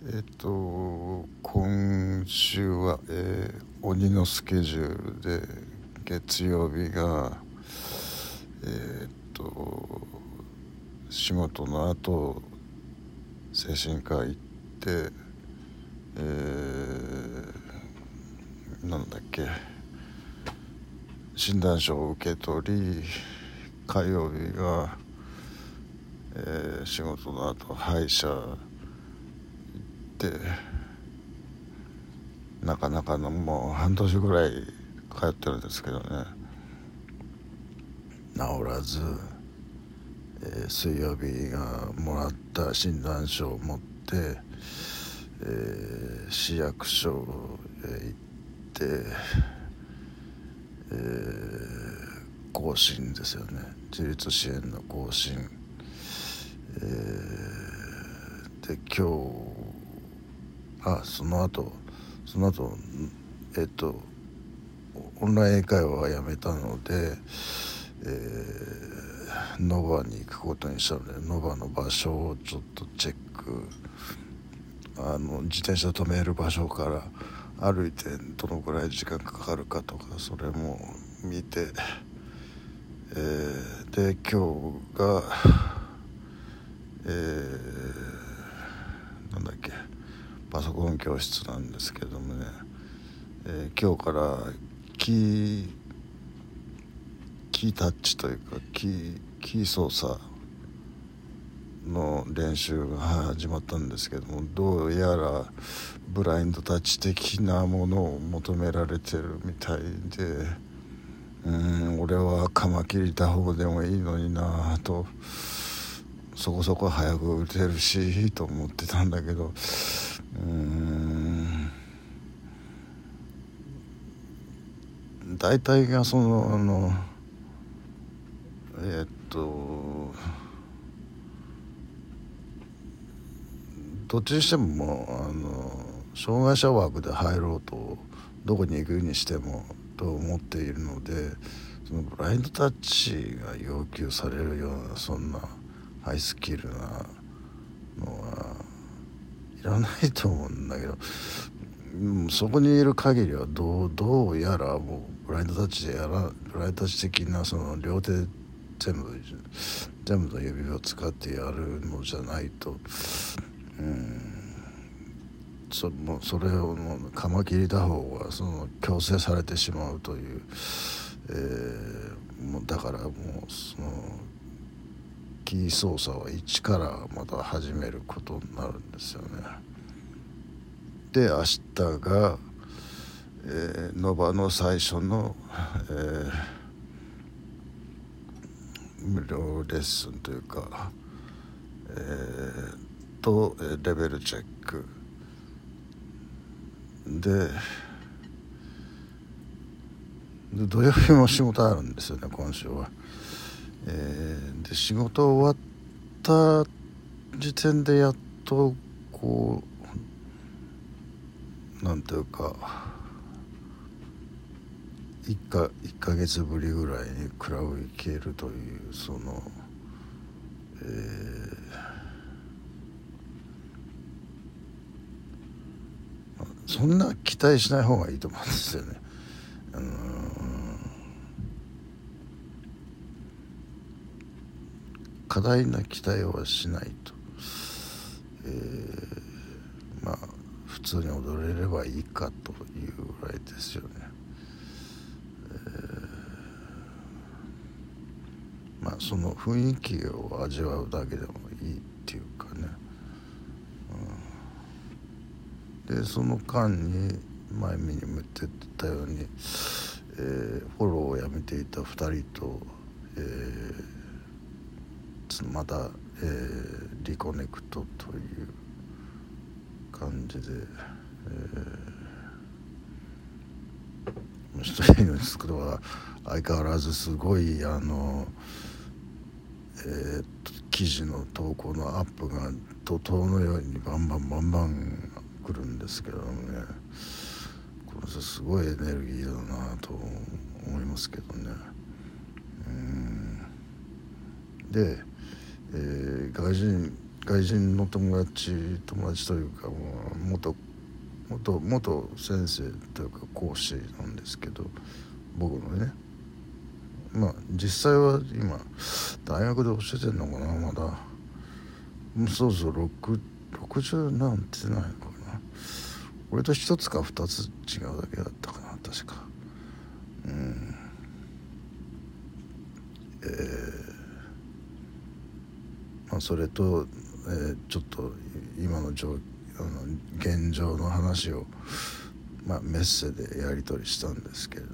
今週は、鬼のスケジュールで月曜日が仕事の後精神科行って、なんだっけ診断書を受け取り、火曜日が、仕事の後歯医者行ってなかなかのもう半年ぐらい通ってるんですけどね、治らず、水曜日がもらった診断書を持って、市役所へ行って、更新ですよね、自立支援の更新、で今日その後オンライン英会話はやめたので、ノバに行くことにしたので、ノバの場所をちょっとチェック、自転車止める場所から歩いてどのくらい時間かかるかとか、それも見て、で今日が、なんだっけパソコン教室なんですけどもね、今日からキータッチというかキー操作の練習が始まったんですけども、どうやらブラインドタッチ的なものを求められてるみたいで、俺はカマキリ打法でもいいのになと、そこそこ早く打てるしと思ってたんだけど、大体がそのどっちにしても障害者枠で入ろうとどこに行くにしてもと思っているので、そのブラインドタッチが要求されるようなそんなハイスキルなのはいらないと思うんだけど、そこにいる限りはどうやらもうブラインドタッチでブラインドタッチ的なその両手全部の指を使ってやるのじゃないと、それをカマキリ打法はその強制されてしまうという、もうだからもうそのキー操作は一からまた始めることになるんですよね。で明日が、ノバの最初の、無料レッスンというか、レベルチェックで土曜日も仕事あるんですよね、今週は。で仕事終わった時点でやっとこうなんていうか1ヶ月ぶりぐらいにクラブ行けるというその、そんな期待しない方がいいと思うんですよね。過大な期待はしないと、普通に踊れればいいかというぐらいですよね。その雰囲気を味わうだけでもいいっていうかね、でその間に前にも言ってたように、フォローをやめていた2人と、また、リコネクトという感じで、一人のスクロは相変わらずすごい記事の投稿のアップが怒涛のようにバンバン来るんですけどもね、これすごいエネルギーだなと思いますけどね。で、外人外人の友達というか、元先生というか講師なんですけど、僕のね、実際は今大学で教えてんのかな、まだもうそうそう60なんてないのかな。俺と1つか2つ違うだけだったかな、確か。それと、ちょっと今の現状の話を、メッセでやり取りしたんですけれど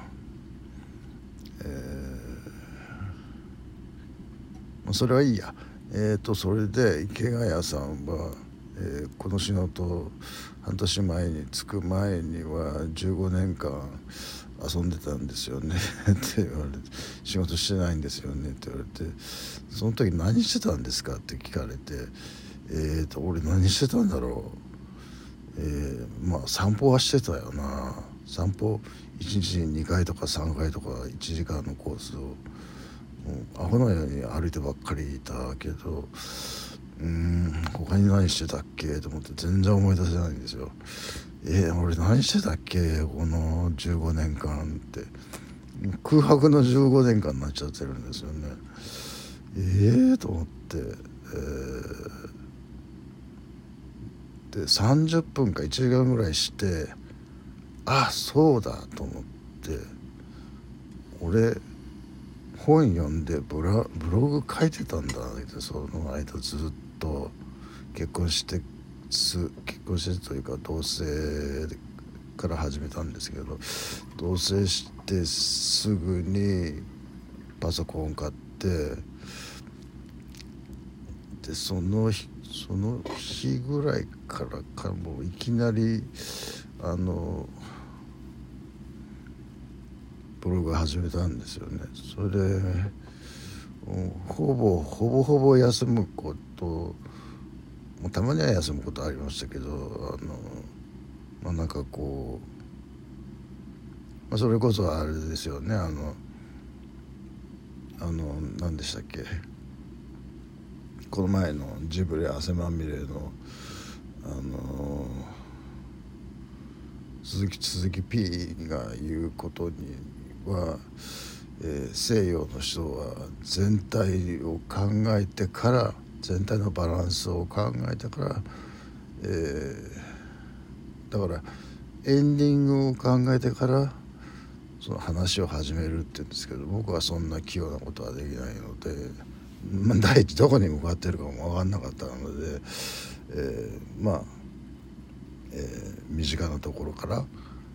も、それはいいや。それで池谷さんは、この仕事半年前に着く前には15年間遊んでたんですよねって言われて、仕事してないんですよねって言われて、その時何してたんですかって聞かれて、俺何してたんだろう。散歩はしてたよな。散歩1日に2回とか3回とか1時間のコースをもうアホのように歩いてばっかりいたけど、他に何してたっけと思って全然思い出せないんですよ。俺何してたっけこの15年間って。空白の15年間になっちゃってるんですよね。と思って、で30分か1時間ぐらいして、そうだと思って、俺本読んでブログ書いてたんだって。その間ずっと結婚してというか同棲から始めたんですけど、同棲してすぐにパソコン買って、でその日ぐらいからもういきなりブログ始めたんですよね。それでほぼ休むこと、たまには休むことありましたけど、なんかこう、それこそあれですよね、何でしたっけ、この前のジブリ汗まみれの鈴木 P が言うことには、西洋の人は全体を考えてから、全体のバランスを考えてから、だからエンディングを考えてからその話を始めるって言うんですけど、僕はそんな器用なことはできないので、第一どこに向かってるかも分かんなかったので、身近なところから、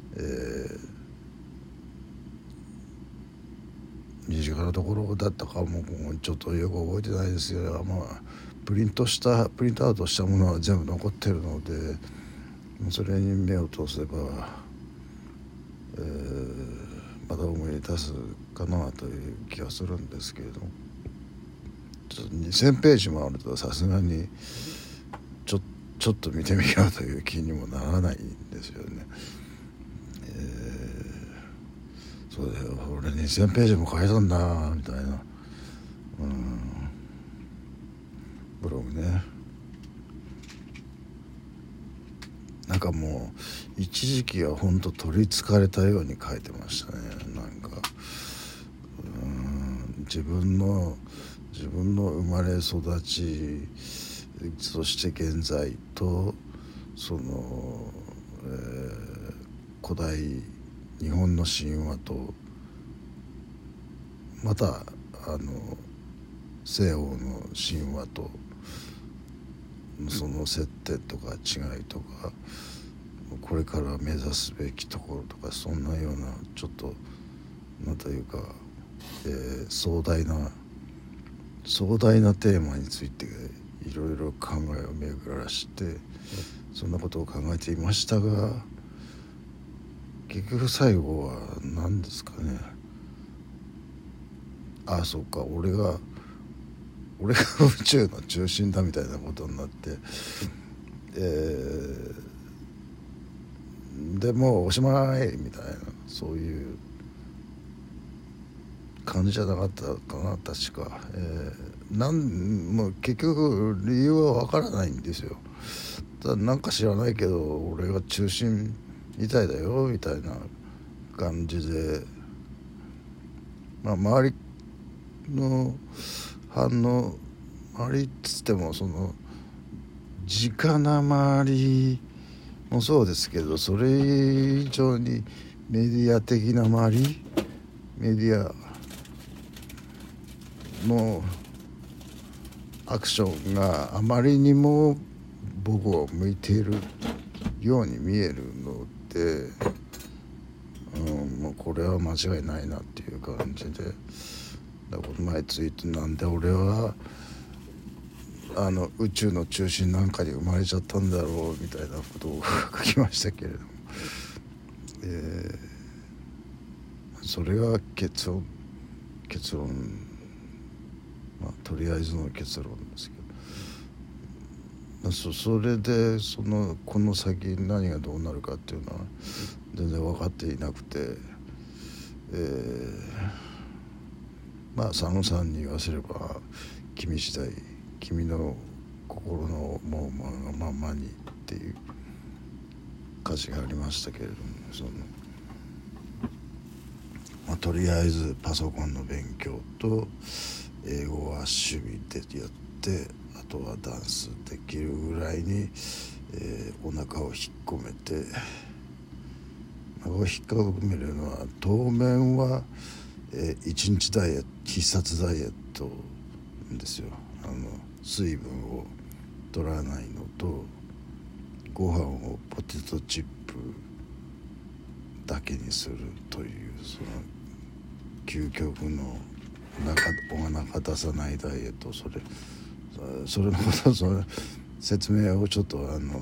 身近なところだったかもちょっとよく覚えてないですけど、プリントアウトしたものは全部残ってるので、それに目を通せば、また思い出すかなという気がするんですけれども、ちょっと2000ページもあるとさすがにちょっと見てみようという気にもならないんですよね。そうだよ、俺2000ページも書いたんだみたいな、ブログね。なんかもう一時期は本当取りつかれたように書いてましたね。なんか自分の生まれ育ち、そして現在とその、古代日本の神話と、また西欧の神話とその接点とか違いとか、これから目指すべきところとか、そんなようなちょっとなんというか、壮大なテーマについていろいろ考えを巡らして、そんなことを考えていましたが、結局最後は何ですかね、そうか、俺が宇宙の中心だみたいなことになって、でもうおしまいみたいな、そういう感じじゃなかったかな確か、もう結局理由はわからないんですよ。ただなんか知らないけど俺が中心みたいだよみたいな感じで、周りの反応、周りっつってもその直な周りもそうですけど、それ以上にメディア的な周り、メディアのアクションがあまりにも僕を向いているように見えるので、もうこれは間違いないなっていう感じで、だからこの前ツイートなんで俺は宇宙の中心なんかに生まれちゃったんだろうみたいなことを書きましたけれども、それが結論、とりあえずの結論ですけど、それでこの先何がどうなるかっていうのは全然分かっていなくて、佐野さんに言わせれば君次第、君の心の思うままにっていう歌詞がありましたけれども、とりあえずパソコンの勉強と英語は趣味でやって、あとはダンスできるぐらいに、お腹を引っ込めて、お腹を引っ込めるのは当面は、1日ダイエット、必殺ダイエットですよ。水分を取らないのと、ご飯をポテトチップだけにするという、その究極のお腹出さないダイエット、それのこと、その説明をちょっと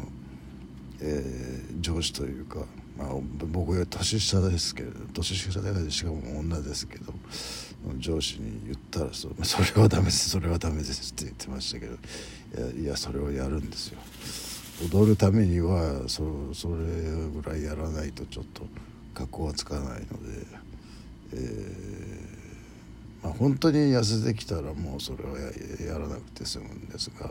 上司というか、僕より年下ですけれど、年下でしかも女ですけど、上司に言ったらそれはダメです、それはダメですって言ってましたけど、いやそれをやるんですよ。踊るためにはそれぐらいやらないとちょっと格好はつかないので、本当に痩せてきたらもうそれは やらなくて済むんですが、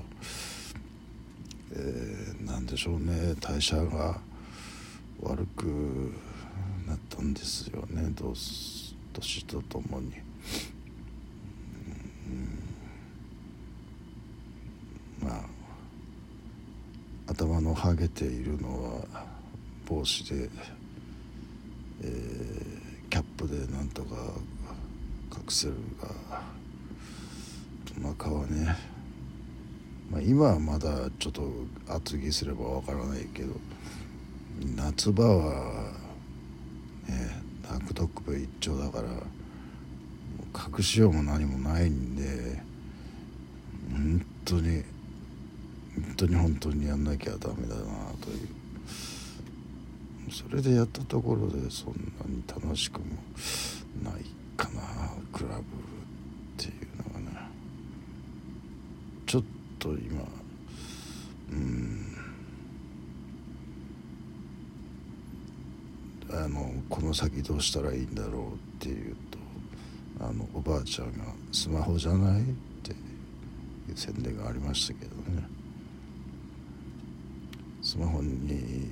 なんでしょうね、代謝が悪くなったんですよね、年とともに。頭のハゲているのは帽子で、キャップでなんとか隠せるが、顔ね、今はまだちょっと厚着すればわからないけど、夏場はねタンクトップ一丁だから、隠しようも何もないんで、本当にやんなきゃダメだなという。それでやったところでそんなに楽しくもないかな、クラブっていうのがね。ちょっと今この先どうしたらいいんだろうっていうと、おばあちゃんがスマホじゃないっていう宣伝がありましたけどね。スマホに、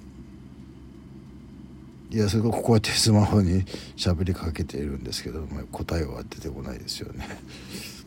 こうやってスマホに喋りかけているんですけど、答えは出てこないですよね。